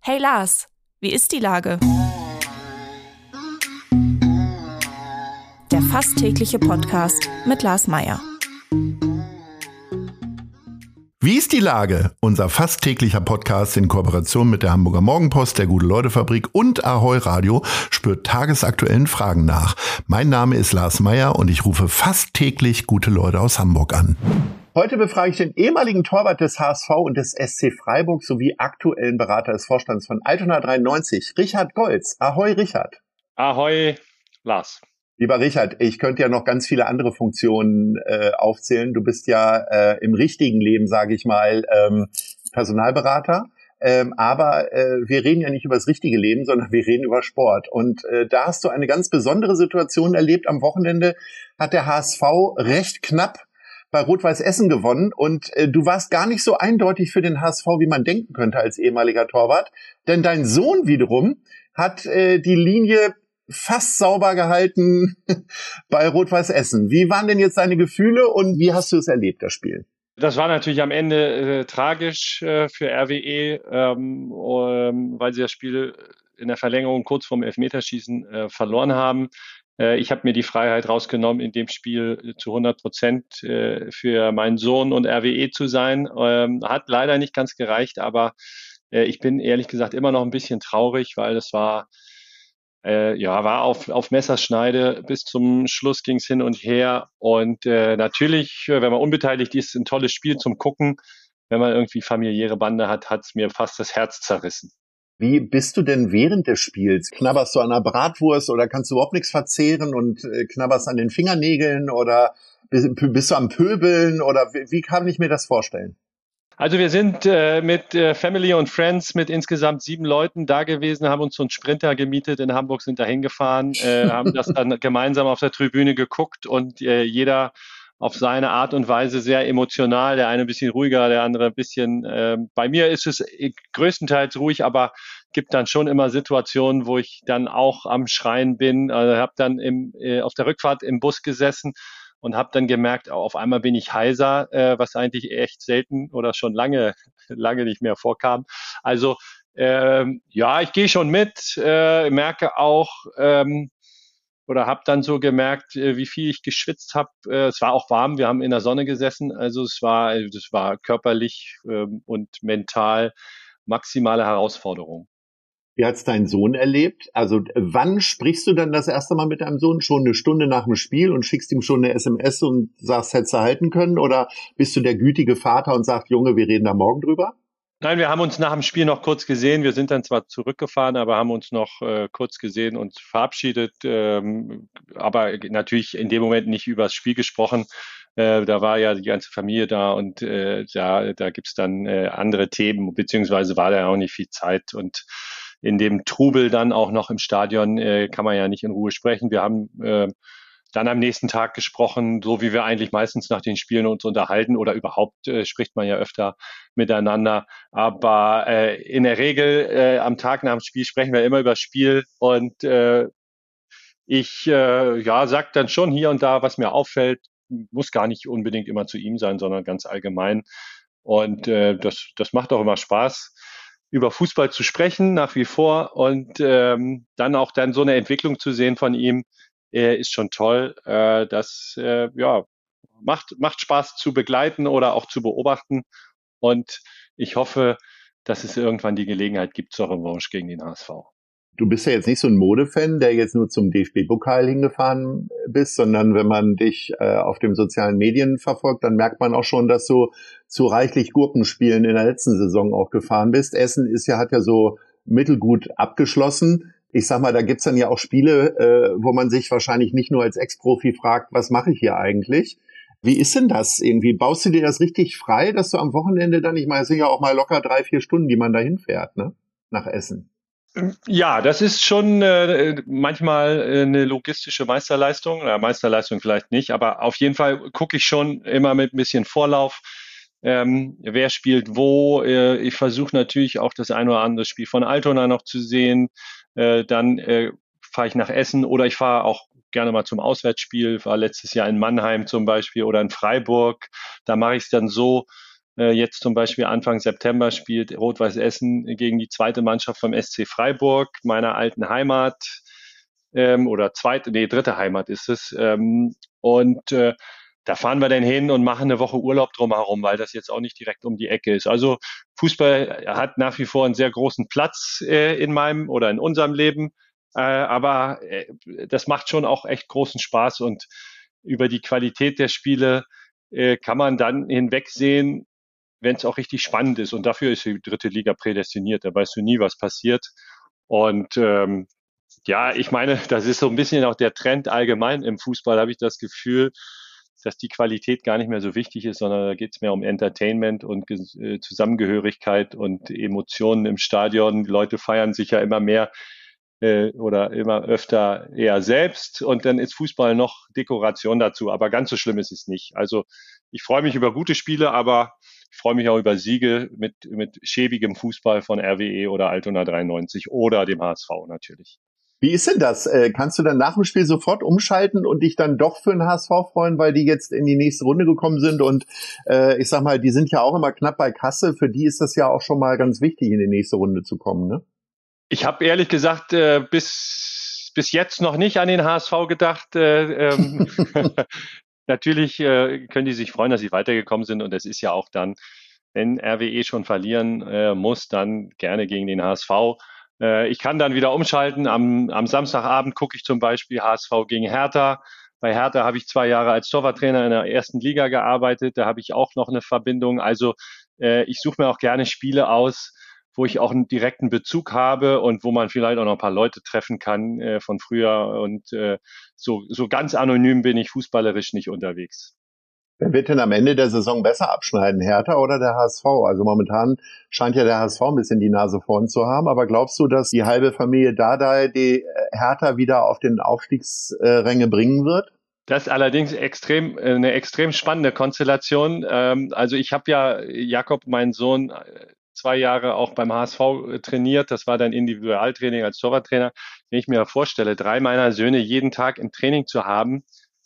Hey Lars, wie ist die Lage? Der fast tägliche Podcast mit Lars Meyer. Wie ist die Lage? Unser fast täglicher Podcast in Kooperation mit der Hamburger Morgenpost, der Gute-Leute-Fabrik und Ahoi Radio spürt tagesaktuellen Fragen nach. Mein Name ist Lars Meyer und ich rufe fast täglich gute Leute aus Hamburg an. Heute befrage ich den ehemaligen Torwart des HSV und des SC Freiburg sowie aktuellen Berater des Vorstands von Altona 93, Richard Goltz. Ahoi, Richard. Ahoi, Lars. Lieber Richard, ich könnte ja noch ganz viele andere Funktionen aufzählen. Du bist ja im richtigen Leben, sage ich mal, Personalberater. Aber wir reden ja nicht über das richtige Leben, sondern wir reden über Sport. Und da hast du eine ganz besondere Situation erlebt. Am Wochenende hat der HSV recht knapp bei Rot-Weiß Essen gewonnen. Und du warst gar nicht so eindeutig für den HSV, wie man denken könnte als ehemaliger Torwart. Denn dein Sohn wiederum hat die Linie fast sauber gehalten bei Rot-Weiß Essen. Wie waren denn jetzt deine Gefühle und wie hast du es erlebt, das Spiel? Das war natürlich am Ende tragisch für RWE, weil sie das Spiel in der Verlängerung kurz vorm Elfmeterschießen verloren haben. Ich habe mir die Freiheit rausgenommen, in dem Spiel zu 100% für meinen Sohn und RWE zu sein. Hat leider nicht ganz gereicht, aber ich bin ehrlich gesagt immer noch ein bisschen traurig, weil es war auf Messerschneide. Bis zum Schluss ging es hin und her. Und natürlich, wenn man unbeteiligt ist, ein tolles Spiel zum Gucken. Wenn man irgendwie familiäre Bande hat, hat es mir fast das Herz zerrissen. Wie bist du denn während des Spiels? Knabberst du an einer Bratwurst oder kannst du überhaupt nichts verzehren und knabberst an den Fingernägeln oder bist du am Pöbeln oder wie kann ich mir das vorstellen? Also wir sind mit Family und Friends mit insgesamt 7 Leuten da gewesen, haben uns so einen Sprinter gemietet in Hamburg, sind da hingefahren, haben das dann gemeinsam auf der Tribüne geguckt und jeder auf seine Art und Weise sehr emotional, der eine ein bisschen ruhiger, der andere ein bisschen, bei mir ist es größtenteils ruhig, aber gibt dann schon immer Situationen, wo ich dann auch am Schreien bin, habe dann auf der Rückfahrt im Bus gesessen und habe dann gemerkt, auf einmal bin ich heiser, was eigentlich echt selten oder schon lange nicht mehr vorkam. Also ich gehe schon mit, merke auch oder habe dann so gemerkt, wie viel ich geschwitzt habe. Es war auch warm, wir haben in der Sonne gesessen, also das war körperlich und mental maximale Herausforderung. Wie hat's dein Sohn erlebt? Also wann sprichst du dann das erste Mal mit deinem Sohn? Schon eine Stunde nach dem Spiel und schickst ihm schon eine SMS und sagst, hättest du halten können? Oder bist du der gütige Vater und sagst, Junge, wir reden da morgen drüber? Nein, wir haben uns nach dem Spiel noch kurz gesehen. Wir sind dann zwar zurückgefahren, aber haben uns noch kurz gesehen und verabschiedet. Aber natürlich in dem Moment nicht über das Spiel gesprochen. Da war ja die ganze Familie da und da gibt's dann andere Themen, beziehungsweise war da ja auch nicht viel Zeit. Und in dem Trubel dann auch noch im Stadion kann man ja nicht in Ruhe sprechen. Wir haben dann am nächsten Tag gesprochen, so wie wir eigentlich meistens nach den Spielen uns unterhalten oder überhaupt spricht man ja öfter miteinander. Aber in der Regel am Tag nach dem Spiel sprechen wir immer über das Spiel und ich sag dann schon hier und da, was mir auffällt, muss gar nicht unbedingt immer zu ihm sein, sondern ganz allgemein. Und das macht auch immer Spaß, über Fußball zu sprechen, nach wie vor. Und dann so eine Entwicklung zu sehen von ihm, ist schon toll. Das macht Spaß zu begleiten oder auch zu beobachten. Und ich hoffe, dass es irgendwann die Gelegenheit gibt zur Revanche gegen den HSV. Du bist ja jetzt nicht so ein Modefan, der jetzt nur zum DFB-Pokal hingefahren bist, sondern wenn man dich auf den sozialen Medien verfolgt, dann merkt man auch schon, dass du zu reichlich Gurkenspielen in der letzten Saison auch gefahren bist. Essen hat ja so mittelgut abgeschlossen. Ich sag mal, da gibt's dann ja auch Spiele, wo man sich wahrscheinlich nicht nur als Ex-Profi fragt, was mache ich hier eigentlich? Wie ist denn das irgendwie? Baust du dir das richtig frei, dass du am Wochenende dann, ich meine, es sind ja auch mal locker 3-4 Stunden, die man da hinfährt, ne? Nach Essen. Ja, das ist schon manchmal eine logistische Meisterleistung, oder Meisterleistung vielleicht nicht, aber auf jeden Fall gucke ich schon immer mit ein bisschen Vorlauf, wer spielt wo. Ich versuche natürlich auch das ein oder andere Spiel von Altona noch zu sehen. Dann fahre ich nach Essen oder ich fahre auch gerne mal zum Auswärtsspiel, war letztes Jahr in Mannheim zum Beispiel oder in Freiburg. Da mache ich es dann so, Jetzt zum Beispiel Anfang September spielt Rot-Weiß Essen gegen die zweite Mannschaft vom SC Freiburg, meiner alten Heimat, oder dritte Heimat ist es. Da fahren wir dann hin und machen eine Woche Urlaub drumherum, weil das jetzt auch nicht direkt um die Ecke ist. Also Fußball hat nach wie vor einen sehr großen Platz in meinem oder in unserem Leben, aber das macht schon auch echt großen Spaß und über die Qualität der Spiele kann man dann hinwegsehen, wenn es auch richtig spannend ist. Und dafür ist die dritte Liga prädestiniert. Da weißt du nie, was passiert. Und ja, ich meine, das ist so ein bisschen auch der Trend allgemein im Fußball, habe ich das Gefühl, dass die Qualität gar nicht mehr so wichtig ist, sondern da geht es mehr um Entertainment und Zusammengehörigkeit und Emotionen im Stadion. Die Leute feiern sich ja immer mehr oder immer öfter eher selbst und dann ist Fußball noch Dekoration dazu. Aber ganz so schlimm ist es nicht. Also ich freue mich über gute Spiele, aber ich freue mich auch über Siege mit schäbigem Fußball von RWE oder Altona 93 oder dem HSV natürlich. Wie ist denn das? Kannst du dann nach dem Spiel sofort umschalten und dich dann doch für den HSV freuen, weil die jetzt in die nächste Runde gekommen sind? Und ich sag mal, die sind ja auch immer knapp bei Kasse. Für die ist das ja auch schon mal ganz wichtig, in die nächste Runde zu kommen, ne? Ich habe ehrlich gesagt bis jetzt noch nicht an den HSV gedacht. Natürlich können die sich freuen, dass sie weitergekommen sind. Und es ist ja auch dann, wenn RWE schon verlieren muss, dann gerne gegen den HSV. Ich kann dann wieder umschalten. Am Samstagabend gucke ich zum Beispiel HSV gegen Hertha. Bei Hertha habe ich 2 Jahre als Torwarttrainer in der ersten Liga gearbeitet. Da habe ich auch noch eine Verbindung. Also ich suche mir auch gerne Spiele aus, wo ich auch einen direkten Bezug habe und wo man vielleicht auch noch ein paar Leute treffen kann von früher. Und so ganz anonym bin ich fußballerisch nicht unterwegs. Wer wird denn am Ende der Saison besser abschneiden, Hertha oder der HSV? Also momentan scheint ja der HSV ein bisschen die Nase vorn zu haben, aber glaubst du, dass die halbe Familie Dardai die Hertha wieder auf den Aufstiegsränge bringen wird? Das ist allerdings eine extrem spannende Konstellation. Also ich habe ja Jakob, meinen Sohn, 2 Jahre auch beim HSV trainiert. Das war dann Individualtraining als Torwarttrainer. Wenn ich mir vorstelle, 3 meiner Söhne jeden Tag im Training zu haben,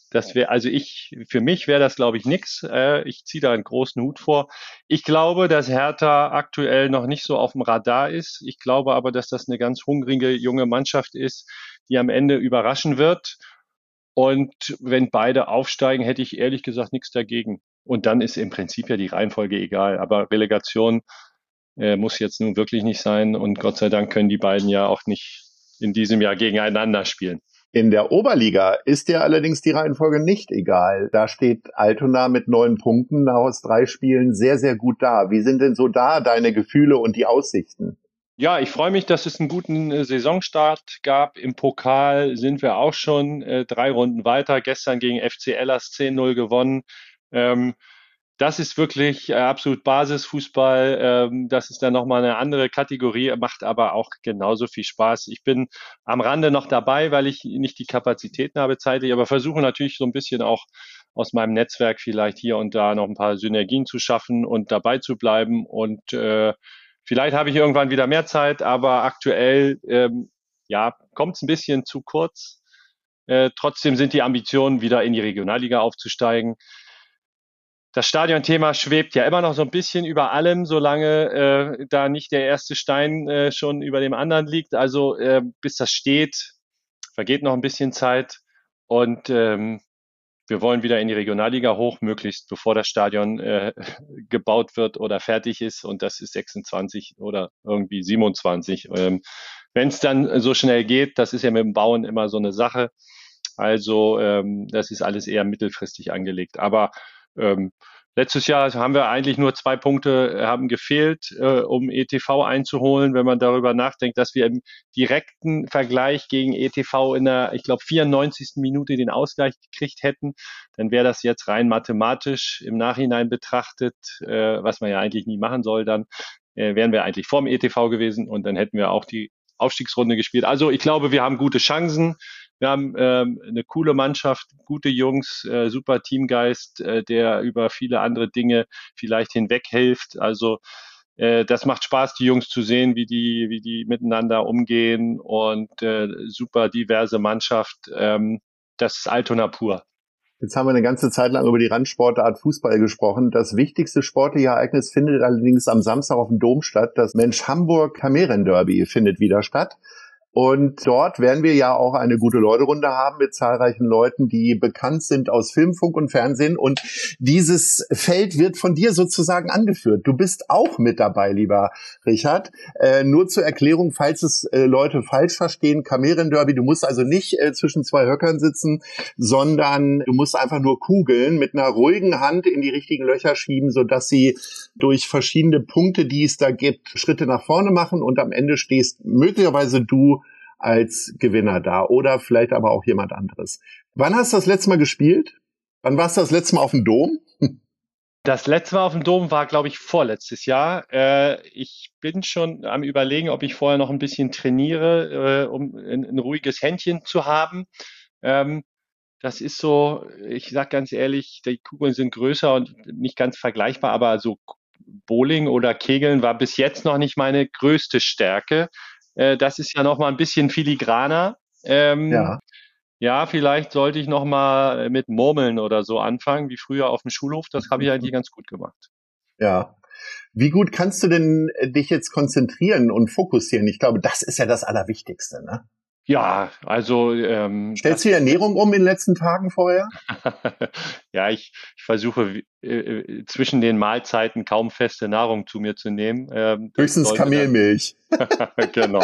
für mich wäre das, glaube ich, nix. Ich ziehe da einen großen Hut vor. Ich glaube, dass Hertha aktuell noch nicht so auf dem Radar ist. Ich glaube aber, dass das eine ganz hungrige junge Mannschaft ist, die am Ende überraschen wird. Und wenn beide aufsteigen, hätte ich ehrlich gesagt nichts dagegen. Und dann ist im Prinzip ja die Reihenfolge egal. Aber Relegation muss jetzt nun wirklich nicht sein. Und Gott sei Dank können die beiden ja auch nicht in diesem Jahr gegeneinander spielen. In der Oberliga ist dir allerdings die Reihenfolge nicht egal. Da steht Altona mit 9 Punkten aus 3 Spielen sehr, sehr gut da. Wie sind denn so da deine Gefühle und die Aussichten? Ja, ich freue mich, dass es einen guten Saisonstart gab. Im Pokal sind wir auch schon 3 Runden weiter. Gestern gegen FC Ellers 10-0 gewonnen. Das ist wirklich absolut Basisfußball. Das ist dann nochmal eine andere Kategorie, macht aber auch genauso viel Spaß. Ich bin am Rande noch dabei, weil ich nicht die Kapazitäten habe zeitlich, aber versuche natürlich so ein bisschen auch aus meinem Netzwerk vielleicht hier und da noch ein paar Synergien zu schaffen und dabei zu bleiben. Und vielleicht habe ich irgendwann wieder mehr Zeit, aber aktuell ja, kommt es ein bisschen zu kurz. Trotzdem sind die Ambitionen, wieder in die Regionalliga aufzusteigen. Das Stadionthema schwebt ja immer noch so ein bisschen über allem, solange da nicht der erste Stein schon über dem anderen liegt. Also bis das steht, vergeht noch ein bisschen Zeit. Und wir wollen wieder in die Regionalliga hoch, möglichst bevor das Stadion gebaut wird oder fertig ist. Und das ist 26 oder irgendwie 27. Wenn es dann so schnell geht, das ist ja mit dem Bauen immer so eine Sache. Also das ist alles eher mittelfristig angelegt. Aber letztes Jahr haben wir eigentlich nur 2 Punkte haben gefehlt, um ETV einzuholen. Wenn man darüber nachdenkt, dass wir im direkten Vergleich gegen ETV in der, ich glaube, 94. Minute den Ausgleich gekriegt hätten, dann wäre das jetzt rein mathematisch im Nachhinein betrachtet, was man ja eigentlich nie machen soll, dann wären wir eigentlich vorm ETV gewesen und dann hätten wir auch die Aufstiegsrunde gespielt. Also ich glaube, wir haben gute Chancen. Wir haben eine coole Mannschaft, gute Jungs, super Teamgeist, der über viele andere Dinge vielleicht hinweg hilft. Also das macht Spaß, die Jungs zu sehen, wie die miteinander umgehen und super diverse Mannschaft. Das ist Altona pur. Jetzt haben wir eine ganze Zeit lang über die Randsportart Fußball gesprochen. Das wichtigste sportliche Ereignis findet allerdings am Samstag auf dem Dom statt. Das Mensch-Hamburg-Kamelenderby findet wieder statt. Und dort werden wir ja auch eine gute Leute-Runde haben mit zahlreichen Leuten, die bekannt sind aus Film, Funk und Fernsehen. Und dieses Feld wird von dir sozusagen angeführt. Du bist auch mit dabei, lieber Richard. Nur zur Erklärung, falls es Leute falsch verstehen, Kamelenderby, du musst also nicht zwischen zwei Höckern sitzen, sondern du musst einfach nur Kugeln mit einer ruhigen Hand in die richtigen Löcher schieben, sodass sie durch verschiedene Punkte, die es da gibt, Schritte nach vorne machen und am Ende stehst möglicherweise du als Gewinner da oder vielleicht aber auch jemand anderes. Wann hast du das letzte Mal gespielt? Wann warst du das letzte Mal auf dem Dom? Das letzte Mal auf dem Dom war, glaube ich, vorletztes Jahr. Ich bin schon am Überlegen, ob ich vorher noch ein bisschen trainiere, um ein ruhiges Händchen zu haben. Das ist so, ich sag ganz ehrlich, die Kugeln sind größer und nicht ganz vergleichbar, aber so Bowling oder Kegeln war bis jetzt noch nicht meine größte Stärke. Das ist ja noch mal ein bisschen filigraner. Ja, vielleicht sollte ich noch mal mit Murmeln oder so anfangen, wie früher auf dem Schulhof. Das habe ich eigentlich ganz gut gemacht. Ja. Wie gut kannst du denn dich jetzt konzentrieren und fokussieren? Ich glaube, das ist ja das Allerwichtigste, ne? Ja, also stellst du die Ernährung um in den letzten Tagen vorher? Ja, ich versuche zwischen den Mahlzeiten kaum feste Nahrung zu mir zu nehmen. Höchstens Kamelmilch. Genau.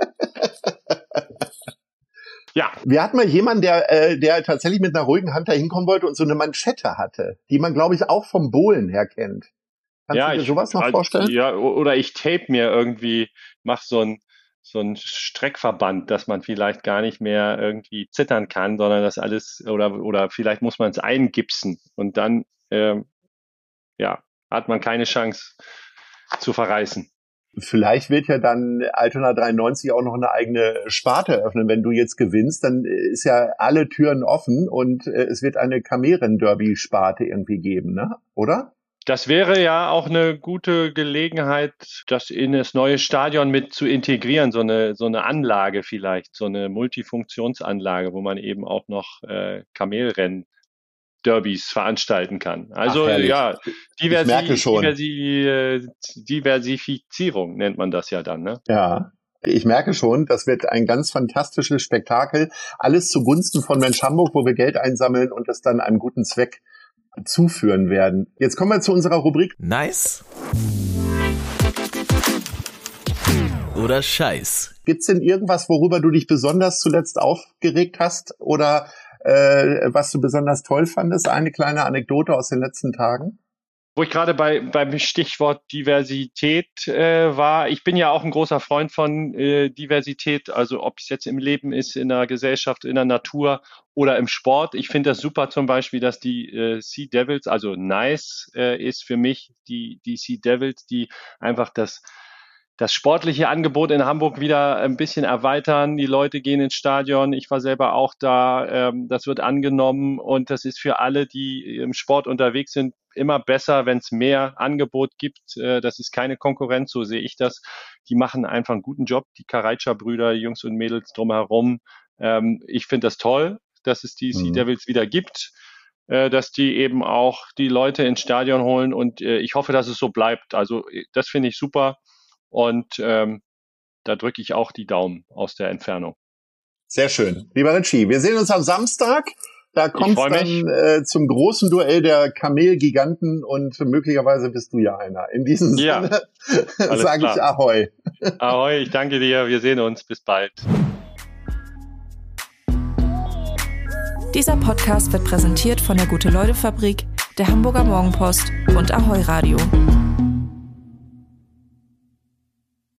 Ja. Wir hatten mal jemanden, der tatsächlich mit einer ruhigen Hand da hinkommen wollte und so eine Manschette hatte, die man, glaube ich, auch vom Bowlen her kennt. Kannst du dir sowas noch vorstellen? Ja, oder ich tape mir irgendwie, mach so ein Streckverband, dass man vielleicht gar nicht mehr irgendwie zittern kann, sondern das alles, oder vielleicht muss man es eingipsen und dann hat man keine Chance zu verreißen. Vielleicht wird ja dann Altona 93 auch noch eine eigene Sparte eröffnen. Wenn du jetzt gewinnst, dann ist ja alle Türen offen und es wird eine Kamelenderby-Sparte irgendwie geben, ne? Oder? Das wäre ja auch eine gute Gelegenheit, das in das neue Stadion mit zu integrieren, so eine Anlage vielleicht, so eine Multifunktionsanlage, wo man eben auch noch Kamelrennen-Derbys veranstalten kann. Also Diversifizierung nennt man das ja dann, ne? Ja. Ich merke schon, das wird ein ganz fantastisches Spektakel. Alles zugunsten von Mensch Hamburg, wo wir Geld einsammeln und es dann einem guten Zweck zuführen werden. Jetzt kommen wir zu unserer Rubrik Nice oder Scheiß. Gibt's denn irgendwas, worüber du dich besonders zuletzt aufgeregt hast oder was du besonders toll fandest? Eine kleine Anekdote aus den letzten Tagen? Wo ich gerade beim Stichwort Diversität war, ich bin ja auch ein großer Freund von Diversität, also ob es jetzt im Leben ist, in der Gesellschaft, in der Natur oder im Sport. Ich finde das super zum Beispiel, dass die Sea Devils, also nice ist für mich, die Sea Devils, die einfach das sportliche Angebot in Hamburg wieder ein bisschen erweitern. Die Leute gehen ins Stadion. Ich war selber auch da. Das wird angenommen und das ist für alle, die im Sport unterwegs sind, immer besser, wenn es mehr Angebot gibt. Das ist keine Konkurrenz, so sehe ich das. Die machen einfach einen guten Job, die Karaitscha-Brüder, Jungs und Mädels drumherum. Ich finde das toll, dass es die Sea Devils wieder gibt, dass die eben auch die Leute ins Stadion holen und ich hoffe, dass es so bleibt. Also das finde ich super. Und da drücke ich auch die Daumen aus der Entfernung. Sehr schön. Lieber Richie, wir sehen uns am Samstag. Da kommt es dann zum großen Duell der Kamelgiganten und möglicherweise bist du ja einer. In diesem Sinne sage ich Ahoi. Ahoi, ich danke dir. Wir sehen uns. Bis bald. Dieser Podcast wird präsentiert von der Gute-Leute-Fabrik, der Hamburger Morgenpost und Ahoi Radio.